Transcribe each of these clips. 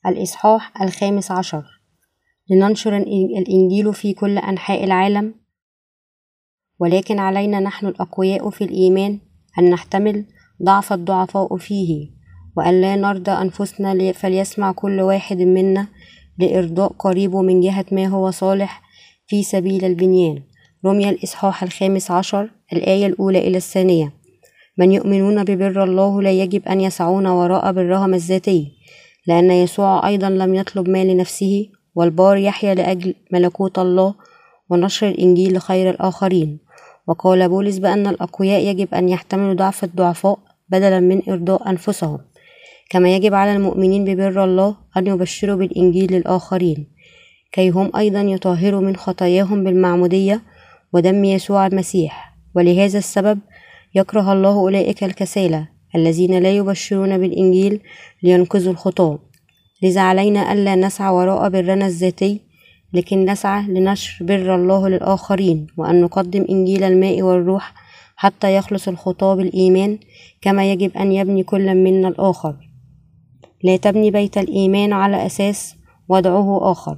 الإصحاح 15. لننشر الإنجيل في كل أنحاء العالم، ولكن علينا نحن الأقوياء في الإيمان أن نحتمل ضعف الضعفاء فيه، وأن لا نرضى أنفسنا، فليسمع كل واحد منا لإرضاء قريبه من جهة ما هو صالح في سبيل البنيان. رمي الإصحاح 15 الآية الأولى إلى الثانية. من يؤمنون ببر الله لا يجب أن يسعون وراء برهم الذاتي، لأن يسوع أيضا لم يطلب ما لنفسه، والبار يحيا لأجل ملكوت الله ونشر الإنجيل لخير الآخرين. وقال بولس بأن الأقوياء يجب أن يحتملوا ضعف الضعفاء بدلا من إرضاء أنفسهم، كما يجب على المؤمنين ببر الله أن يبشروا بالإنجيل للآخرين، كي هم أيضا يطهروا من خطاياهم بالمعمودية ودم يسوع المسيح. ولهذا السبب يكره الله أولئك الكسالى الذين لا يبشرون بالإنجيل لينقذوا الخطاة. لذا علينا ألا نسعى وراء برنا الذاتي، لكن نسعى لنشر بر الله للآخرين، وأن نقدم إنجيل الماء والروح حتى يخلص الخطاة بالإيمان، كما يجب أن يبني كل منا الآخر. لا تبني بيت الإيمان على أساس وضعه آخر.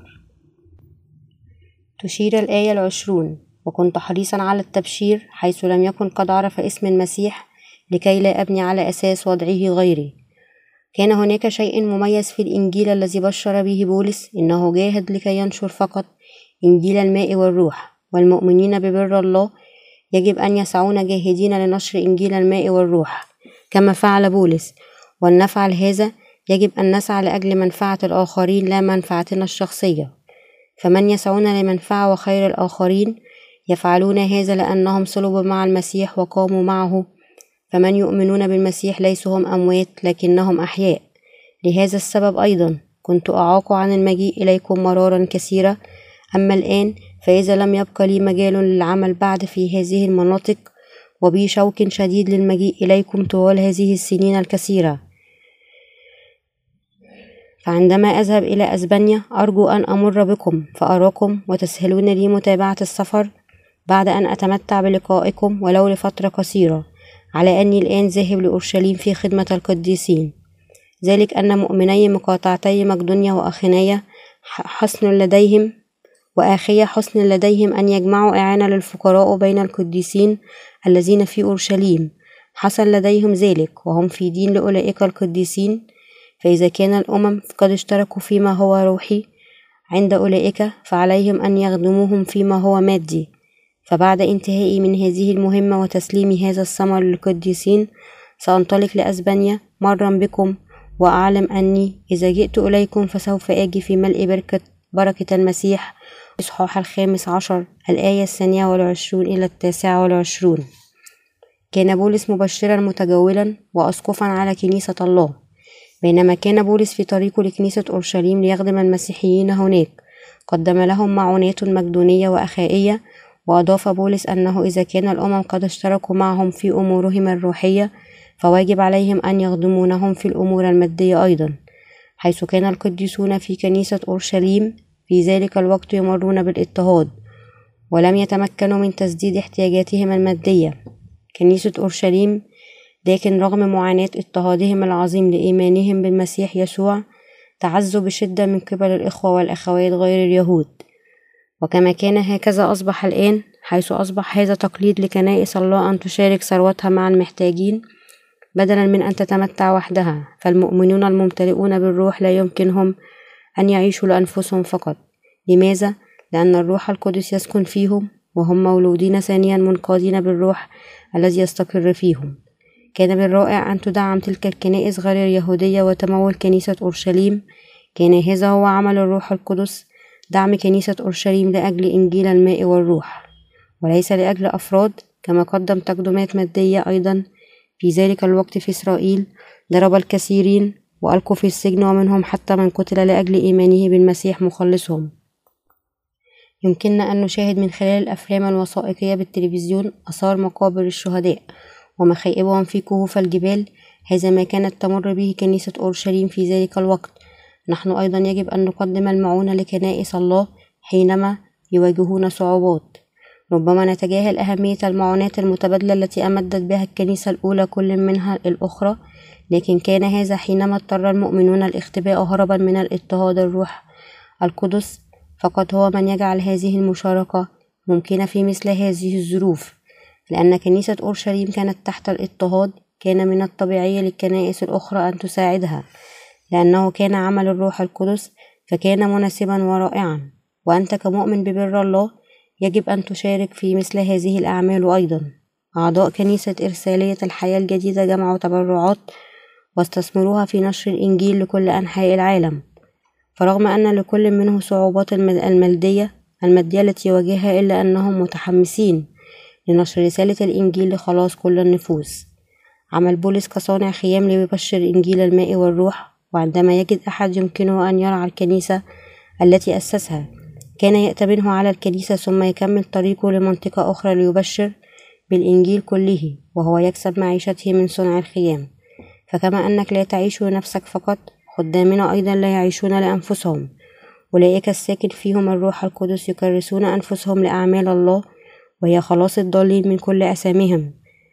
تشير الآية 20: وكنت حريصا على التبشير حيث لم يكن قد عرف اسم المسيح، لكي لا أبني على أساس وضعه غيري. كان هناك شيء مميز في الإنجيل الذي بشر به بولس، إنه جاهد لكي ينشر فقط إنجيل الماء والروح، والمؤمنين ببر الله يجب أن يسعون جاهدين لنشر إنجيل الماء والروح كما فعل بولس. وأن نفعل هذا يجب أن نسعى لأجل منفعة الآخرين لا منفعتنا الشخصية. فمن يسعون لمنفعة وخير الآخرين يفعلون هذا لأنهم صلبوا مع المسيح وقاموا معه. فمن يؤمنون بالمسيح ليسوا هم أموات لكنهم أحياء. لهذا السبب أيضا كنت أعاق عن المجيء إليكم مرارا كثيرة، أما الآن فإذا لم يبقى لي مجال للعمل بعد في هذه المناطق، وبي شوق شديد للمجيء إليكم طوال هذه السنين الكثيرة. فعندما أذهب إلى أسبانيا أرجو أن أمر بكم فأراكم وتسهلون لي متابعة السفر بعد أن أتمتع بلقائكم ولو لفترة قصيرة، على أني الآن ذاهب لأورشليم في خدمة القديسين. ذلك أن مؤمني مقاطعتي مقدونيا وأخنيا حسن لديهم أن يجمعوا إعانة للفقراء بين القديسين الذين في أورشليم. حصل لديهم ذلك وهم في دين لأولئك القديسين. فإذا كان الأمم قد اشتركوا فيما هو روحي عند أولئك، فعليهم أن يخدموهم فيما هو مادي. فبعد انتهائي من هذه المهمة وتسليم هذا الثمر للقديسين سأنطلق لأسبانيا مرا بكم، وأعلم أني إذا جئت إليكم فسوف آجي في ملء بركة المسيح. إصحاح 15 الآية 22 إلى 29. كان بولس مبشرا متجولا وأسقفا على كنيسة الله. بينما كان بولس في طريقه لكنيسة أورشليم ليخدم المسيحيين هناك، قدم لهم معونات مقدونية وأخائية. وأضاف بولس أنه إذا كان الأمم قد اشتركوا معهم في أمورهم الروحية، فواجب عليهم أن يخدمونهم في الأمور المادية أيضا. حيث كان القديسون في كنيسة أورشليم في ذلك الوقت يمرون بالاضطهاد، ولم يتمكنوا من تسديد احتياجاتهم المادية. كنيسة أورشليم لكن رغم معاناة اضطهادهم العظيم لإيمانهم بالمسيح يسوع تعزوا بشدة من قبل الإخوة والأخوات غير اليهود. وكما كان هكذا أصبح الآن، حيث أصبح هذا تقليد لكنائس الله أن تشارك ثروتها مع المحتاجين بدلا من أن تتمتع وحدها. فالمؤمنون الممتلئون بالروح لا يمكنهم أن يعيشوا لأنفسهم فقط. لماذا؟ لأن الروح القدس يسكن فيهم، وهم مولودين ثانيا منقادين بالروح الذي يستقر فيهم. كان بالرائع أن تدعم تلك الكنائس غير اليهودية وتمول كنيسة أورشليم. كان هذا هو عمل الروح القدس، دعم كنيسة أورشليم لأجل إنجيل الماء والروح، وليس لأجل أفراد. كما قدم تقدمات مادية أيضا في ذلك الوقت في إسرائيل، ضرب الكثيرين وألقوا في السجن، ومنهم حتى من قتل لأجل إيمانه بالمسيح مخلصهم. يمكننا أن نشاهد من خلال الأفلام الوثائقية بالتلفزيون آثار مقابر الشهداء ومخائبهم في كهوف الجبال. هذا ما كانت تمر به كنيسة أورشليم في ذلك الوقت. نحن أيضا يجب أن نقدم المعونة لكنائس الله حينما يواجهون صعوبات. ربما نتجاهل أهمية المعونات المتبادلة التي أمدت بها الكنيسة الأولى كل منها الأخرى، لكن كان هذا حينما اضطر المؤمنون الاختباء هربا من الاضطهاد الروح القدس، فقد هو من يجعل هذه المشاركة ممكنة في مثل هذه الظروف. لأن كنيسة أورشليم كانت تحت الاضطهاد، كان من الطبيعي للكنائس الأخرى أن تساعدها، لأنه كان عمل الروح القدس، فكان مناسبا ورائعا. وأنت كمؤمن ببر الله يجب أن تشارك في مثل هذه الأعمال أيضا. أعضاء كنيسة إرسالية الحياة الجديدة جمعوا تبرعات واستثمروها في نشر الإنجيل لكل أنحاء العالم، فرغم أن لكل منهم صعوبات المادية التي يواجهها، إلا أنهم متحمسين لنشر رسالة الإنجيل لخلاص كل النفوس. عمل بولس كصانع خيام ليبشر إنجيل الماء والروح، وعندما يجد أحد يمكنه أن يرعى الكنيسة التي أسسها، كان يأتمنه على الكنيسة ثم يكمل طريقه لمنطقة أخرى ليبشر بالإنجيل كله، وهو يكسب معيشته من صنع الخيام. فكما أنك لا تعيش لنفسك فقط، خدامنا أيضا لا يعيشون لأنفسهم. أولئك الساكن فيهم الروح القدس يكرسون أنفسهم لأعمال الله، وهي خلاص الضالين من كل أثامهم.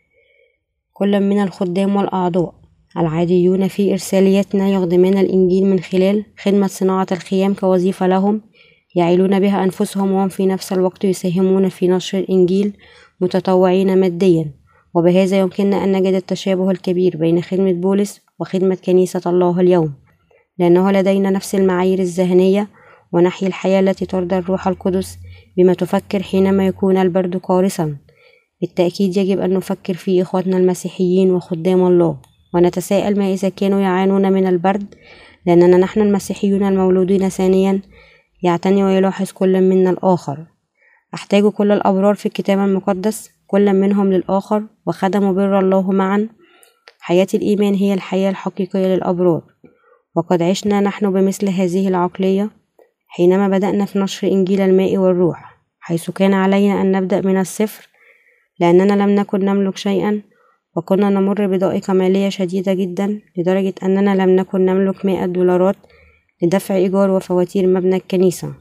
كل من الخدام والأعضاء العاديون في إرساليتنا يخدمون الإنجيل من خلال خدمة صناعة الخيام كوظيفة لهم، يعيلون بها أنفسهم، وهم في نفس الوقت يساهمون في نشر الإنجيل متطوعين ماديا. وبهذا يمكننا أن نجد التشابه الكبير بين خدمة بولس وخدمة كنيسة الله اليوم، لأنه لدينا نفس المعايير الذهنية ونحيي الحياة التي ترضى الروح القدس بما تفكر حينما يكون البرد قارسا. بالتأكيد يجب أن نفكر في إخوتنا المسيحيين وخدام الله، ونتساءل ما إذا كانوا يعانون من البرد، لأننا نحن المسيحيون المولودين ثانيا يعتني ويلاحظ كل منا الآخر. أحتاج كل الأبرار في الكتاب المقدس كل منهم للآخر، وخدموا بر الله معا. حياة الإيمان هي الحياة الحقيقية للأبرار، وقد عشنا نحن بمثل هذه العقلية حينما بدأنا في نشر إنجيل الماء والروح، حيث كان علينا أن نبدأ من الصفر، لأننا لم نكن نملك شيئا، وكنا نمر بضائقة مالية شديدة جدا، لدرجة أننا لم نكن نملك 100 دولارات لدفع إيجار وفواتير مبنى الكنيسة.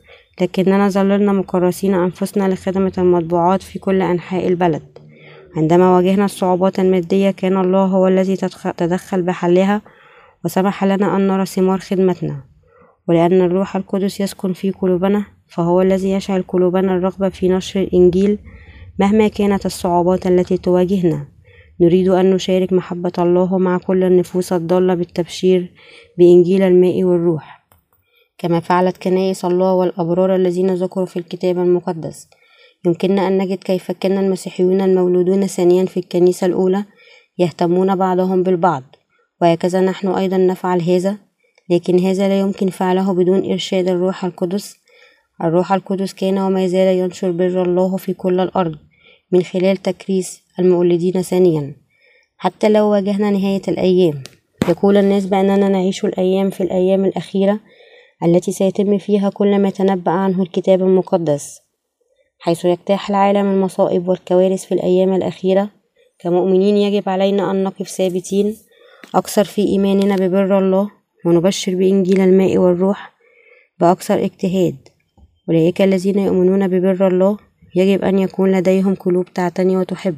لكننا ظللنا مكرسين أنفسنا لخدمة المطبوعات في كل أنحاء البلد. عندما واجهنا الصعوبات المادية، كان الله هو الذي تدخل بحلها، وسمح لنا أن نرى ثمار خدمتنا. ولأن الروح القدس يسكن في قلوبنا، فهو الذي يشعل قلوبنا الرغبة في نشر الإنجيل مهما كانت الصعوبات التي تواجهنا. نريد أن نشارك محبة الله مع كل النفوس الضالة بالتبشير بإنجيل الماء والروح، كما فعلت كنائس الله والأبرار الذين ذكروا في الكتاب المقدس. يمكننا أن نجد كيف كان المسيحيون المولودون ثانيا في الكنيسة الأولى يهتمون بعضهم بالبعض، وهكذا نحن أيضا نفعل هذا. لكن هذا لا يمكن فعله بدون إرشاد الروح القدس. الروح القدس كان وما زال ينشر بر الله في كل الأرض من خلال تكريس المولدين ثانيا. حتى لو واجهنا نهاية الأيام، يقول الناس بأننا نعيش الأيام في الأيام الأخيرة التي سيتم فيها كل ما تنبأ عنه الكتاب المقدس، حيث يجتاح العالم المصائب والكوارث في الأيام الأخيرة. كمؤمنين يجب علينا أن نقف ثابتين أكثر في إيماننا ببر الله، ونبشر بإنجيل الماء والروح بأكثر اجتهاد. أولئك الذين يؤمنون ببر الله يجب أن يكون لديهم قلوب تعتني وتحب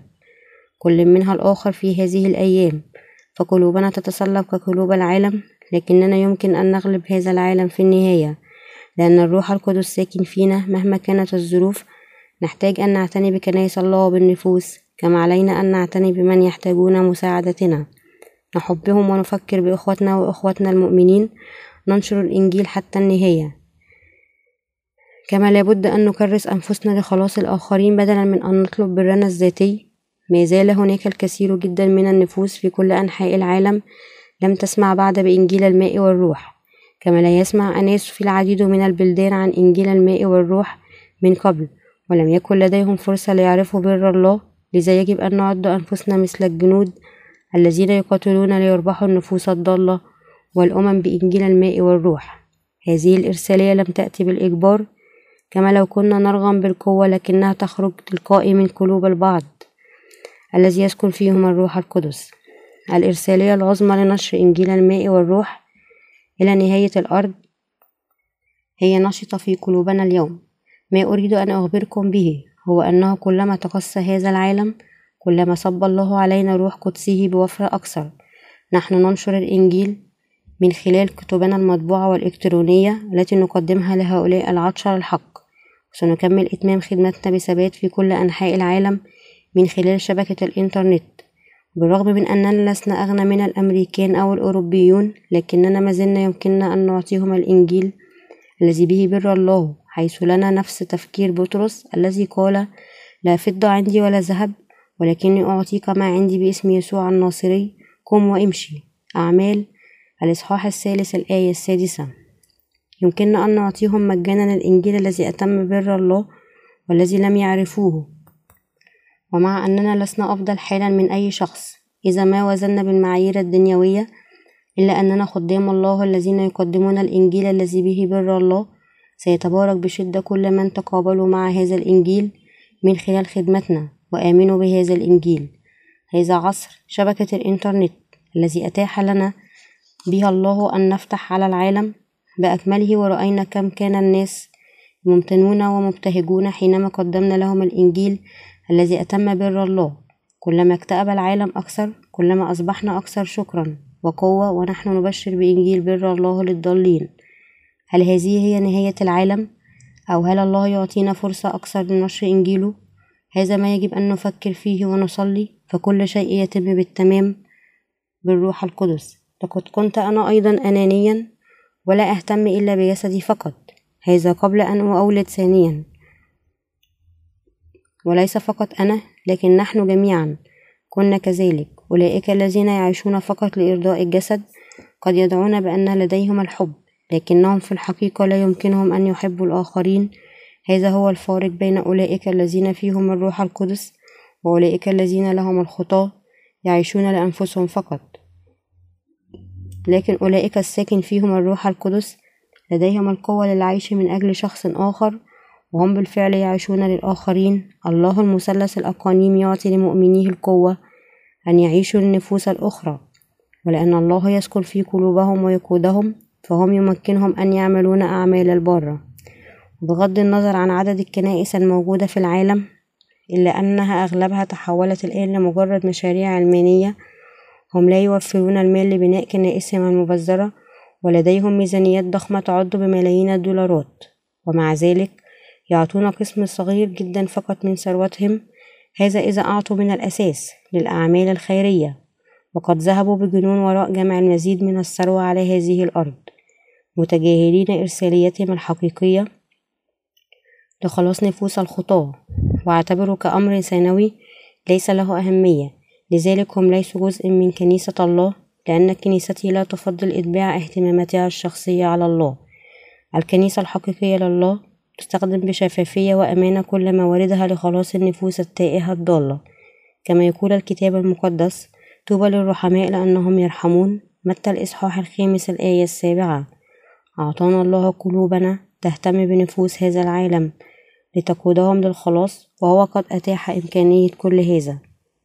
كل منها الآخر في هذه الأيام، فقلوبنا تتصلب كقلوب العالم، لكننا يمكن أن نغلب هذا العالم في النهاية، لأن الروح القدس ساكن فينا مهما كانت الظروف. نحتاج أن نعتني بكنائس الله وبالنفوس، كما علينا أن نعتني بمن يحتاجون مساعدتنا، نحبهم ونفكر بإخوتنا وإخوتنا المؤمنين، ننشر الإنجيل حتى النهاية. كما لابد أن نكرس أنفسنا لخلاص الآخرين بدلا من أن نطلب برنا الذاتي. ما زال هناك الكثير جدا من النفوس في كل أنحاء العالم لم تسمع بعد بإنجيل الماء والروح، كما لا يسمع أناس في العديد من البلدان عن إنجيل الماء والروح من قبل، ولم يكن لديهم فرصة ليعرفوا بر الله. لذا يجب أن نعد أنفسنا مثل الجنود الذين يقاتلون ليربحوا النفوس الضالة والأمم بإنجيل الماء والروح. هذه الإرسالية لم تأتي بالإجبار كما لو كنا نرغم بالقوة، لكنها تخرج تلقائي من قلوب البعض الذي يسكن فيهم الروح القدس. الإرسالية العظمى لنشر إنجيل الماء والروح إلى نهاية الأرض هي نشطة في قلوبنا اليوم. ما أريد أن أخبركم به هو أنه كلما تقصى هذا العالم، كلما صب الله علينا روح قدسه بوفرة أكثر. نحن ننشر الإنجيل من خلال كتبنا المطبوعة والإلكترونية التي نقدمها لهؤلاء العطشة للحق، وسنكمل إتمام خدمتنا بثبات في كل أنحاء العالم من خلال شبكة الإنترنت. بالرغم من أننا لسنا أغنى من الأمريكان أو الأوروبيون، لكننا ما زلنا يمكننا أن نعطيهم الإنجيل الذي به بر الله، حيث لنا نفس تفكير بطرس الذي قال: لا فضة عندي ولا ذهب، ولكني أعطيك ما عندي باسم يسوع الناصري، قم وامشي. أعمال الإصحاح 3 الآية 6. يمكننا أن نعطيهم مجانا الإنجيل الذي أتم بر الله والذي لم يعرفوه. ومع أننا لسنا أفضل حالا من أي شخص إذا ما وزننا بالمعايير الدنيوية، إلا أننا خدام الله الذين يقدمون الإنجيل الذي به بر الله. سيتبارك بشدة كل من تقابلوا مع هذا الإنجيل من خلال خدمتنا وآمنوا بهذا الإنجيل. هذا عصر شبكة الإنترنت الذي أتاح لنا بها الله أن نفتح على العالم بأكمله، ورأينا كم كان الناس ممتنون ومبتهجون حينما قدمنا لهم الإنجيل الذي أتم بر الله. كلما اكتئب العالم أكثر، كلما أصبحنا أكثر شكرا وقوة ونحن نبشر بإنجيل بر الله للضالين. هل هذه هي نهاية العالم؟ أو هل الله يعطينا فرصة أكثر لنشر إنجيله؟ هذا ما يجب أن نفكر فيه ونصلي، فكل شيء يتم بالتمام بالروح القدس. لقد كنت أنا أيضا أنانيا ولا أهتم إلا بجسدي فقط، هذا قبل أن أولد ثانيا. وليس فقط أنا، لكن نحن جميعا كنا كذلك. أولئك الذين يعيشون فقط لإرضاء الجسد قد يدعون بأن لديهم الحب، لكنهم في الحقيقة لا يمكنهم أن يحبوا الآخرين. هذا هو الفارق بين أولئك الذين فيهم الروح القدس وأولئك الذين لهم الخطاة يعيشون لأنفسهم فقط. لكن أولئك الساكن فيهم الروح القدس لديهم القوة للعيش من أجل شخص آخر، وهم بالفعل يعيشون للآخرين. الله المثلث الأقانيم يعطي لمؤمنيه القوة أن يعيشوا للنفوس الأخرى، ولأن الله يسكن في قلوبهم ويقودهم، فهم يمكنهم أن يعملون أعمال البر. بغض النظر عن عدد الكنائس الموجودة في العالم، إلا أنها أغلبها تحولت الآن لمجرد مشاريع علمانية. هم لا يوفرون المال لبناء كنائسهم المبذرة، ولديهم ميزانيات ضخمة تعد بملايين الدولارات، ومع ذلك يعطون قسم صغير جدا فقط من ثروتهم، هذا إذا أعطوا من الأساس للأعمال الخيرية، وقد ذهبوا بجنون وراء جمع المزيد من الثروة على هذه الأرض، متجاهلين إرساليتهم الحقيقية لخلاص نفوس الخطاة، واعتبروا كأمر ثانوي ليس له أهمية. لذلك هم ليسوا جزء من كنيسة الله، لأن كنيستي لا تفضل إتباع اهتماماتها الشخصية على الله. الكنيسة الحقيقية لله تستخدم بشفافية وأمانة كل مواردها لخلاص النفوس التائهة الضالة. كما يقول الكتاب المقدس: طوبى للرحماء لأنهم يرحمون. متى الإصحاح 5 الآية 7. أعطانا الله قلوبنا تهتم بنفوس هذا العالم لتقودهم للخلاص، وهو قد أتاح إمكانية كل هذا،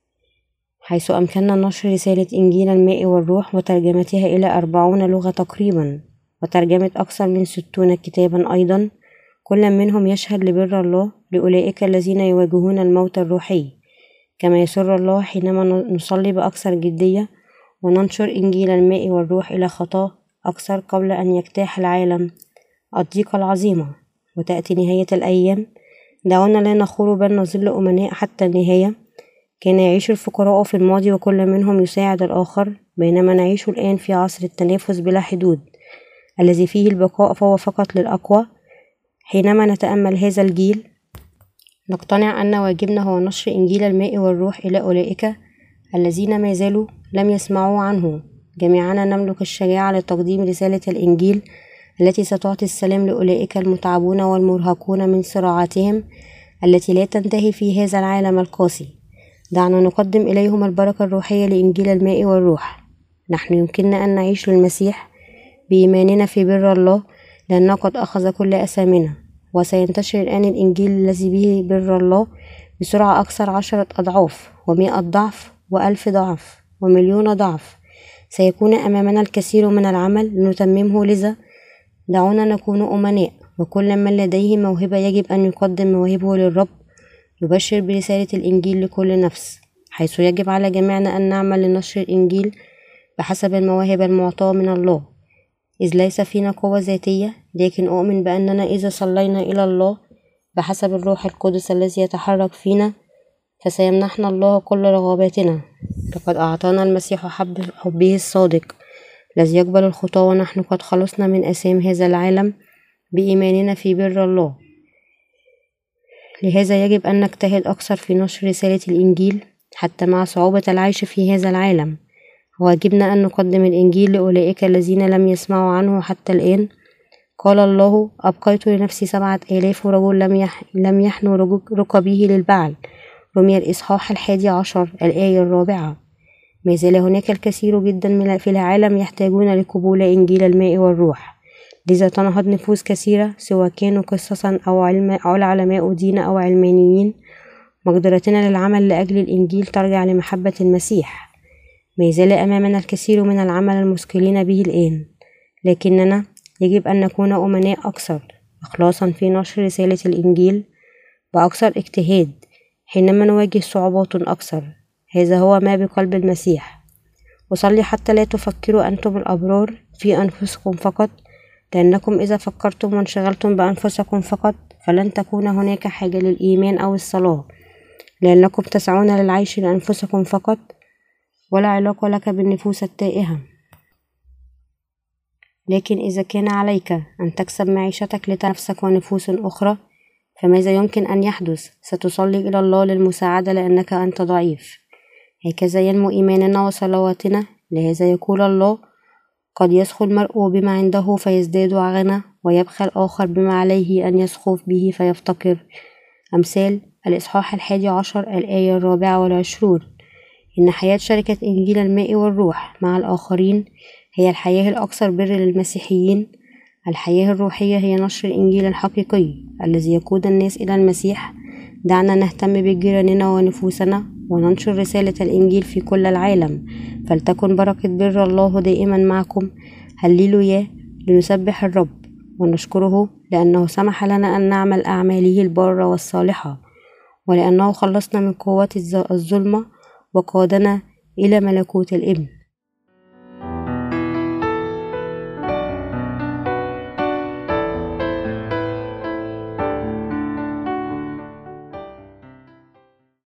حيث أمكننا نشر رسالة إنجيل الماء والروح وترجمتها إلى 40 لغة تقريبا، وترجمة أكثر من 60 كتابا أيضا، كل منهم يشهد لبر الله لأولئك الذين يواجهون الموت الروحي. كما يسر الله حينما نصلي بأكثر جدية وننشر إنجيل الماء والروح إلى خطاة أكثر قبل أن يجتاح العالم الضيقة العظيمة وتأتي نهاية الأيام. دعونا لا نخور بل نظل أمناء حتى النهاية. كان يعيش الفقراء في الماضي وكل منهم يساعد الآخر، بينما نعيش الآن في عصر التنافس بلا حدود الذي فيه البقاء فهو فقط للأقوى. حينما نتأمل هذا الجيل نقتنع أن واجبنا هو نشر إنجيل الماء والروح إلى أولئك الذين ما زالوا لم يسمعوا عنه. جميعنا نملك الشجاعة لتقديم رسالة الإنجيل التي ستعطي السلام لأولئك المتعبون والمرهقون من صراعاتهم التي لا تنتهي في هذا العالم القاسي. دعنا نقدم إليهم البركة الروحية لإنجيل الماء والروح. نحن يمكننا أن نعيش للمسيح بإيماننا في بر الله، لأنه قد أخذ كل أثامنا، وسينتشر الآن الإنجيل الذي به بر الله بسرعة أكثر 10 أضعاف و100 ضعف و1000 ضعف و1,000,000 ضعف. سيكون أمامنا الكثير من العمل لنتممه، لذا دعونا نكون أمناء، وكل من لديه موهبة يجب أن يقدم مواهبه للرب، يبشر برسالة الإنجيل لكل نفس، حيث يجب على جميعنا أن نعمل لنشر الإنجيل بحسب المواهب المعطاة من الله، إذ ليس فينا قوة ذاتية، لكن أؤمن بأننا إذا صلينا إلى الله بحسب الروح القدس الذي يتحرك فينا فسيمنحنا الله كل رغباتنا. لقد أعطانا المسيح حبه الصادق الذي يقبل الخطاة، ونحن قد خلصنا من آثام هذا العالم بإيماننا في بر الله. لهذا يجب أن نجتهد أكثر في نشر رسالة الإنجيل حتى مع صعوبة العيش في هذا العالم. واجبنا أن نقدم الإنجيل لأولئك الذين لم يسمعوا عنه حتى الآن. قال الله: أبقيت لنفسي 7,000 رجل لم يحنوا ركبه للبعل. رمي الإصحاح 11 الآية 4. ما زال هناك الكثير جدا في العالم يحتاجون لقبول إنجيل الماء والروح، لذا تنهض نفوس كثيرة سواء كانوا قسطا أو علماء دين أو علمانيين. مقدرتنا للعمل لأجل الإنجيل ترجع لمحبة المسيح. ما يزال أمامنا الكثير من العمل المثقلين به الآن، لكننا يجب أن نكون أمناء أكثر إخلاصا في نشر رسالة الإنجيل بأكثر اجتهاد حينما نواجه صعوبات أكثر. هذا هو ما بقلب المسيح. أصلي حتى لا تفكروا أنتم الأبرار في أنفسكم فقط، لأنكم إذا فكرتم وانشغلتم بأنفسكم فقط فلن تكون هناك حاجة للإيمان أو الصلاة، لأنكم تسعون للعيش لأنفسكم فقط ولا علاقة لك بالنفوس التائهة. لكن إذا كان عليك أن تكسب معيشتك لنفسك ونفوس أخرى فماذا يمكن أن يحدث؟ ستصلي إلى الله للمساعدة لأنك أنت ضعيف. هكذا ينمو إيماننا وصلواتنا. لهذا يقول الله: قد يسخو المرء بما عنده فيزداد غنى، ويبخل آخر بما عليه أن يسخو به فيفتقر. أمثال الإصحاح 11 الآية 24. إن حياة شركة إنجيل الماء والروح مع الآخرين هي الحياة الأكثر بر للمسيحيين. الحياة الروحية هي نشر الإنجيل الحقيقي الذي يقود الناس إلى المسيح. دعنا نهتم بجيراننا ونفوسنا وننشر رسالة الإنجيل في كل العالم. فلتكن بركة بر الله دائما معكم. هللويا. لنسبح الرب ونشكره لأنه سمح لنا أن نعمل أعماله البارة والصالحة، ولأنه خلصنا من قوات الظلمة وقادنا إلى ملكوت الابن.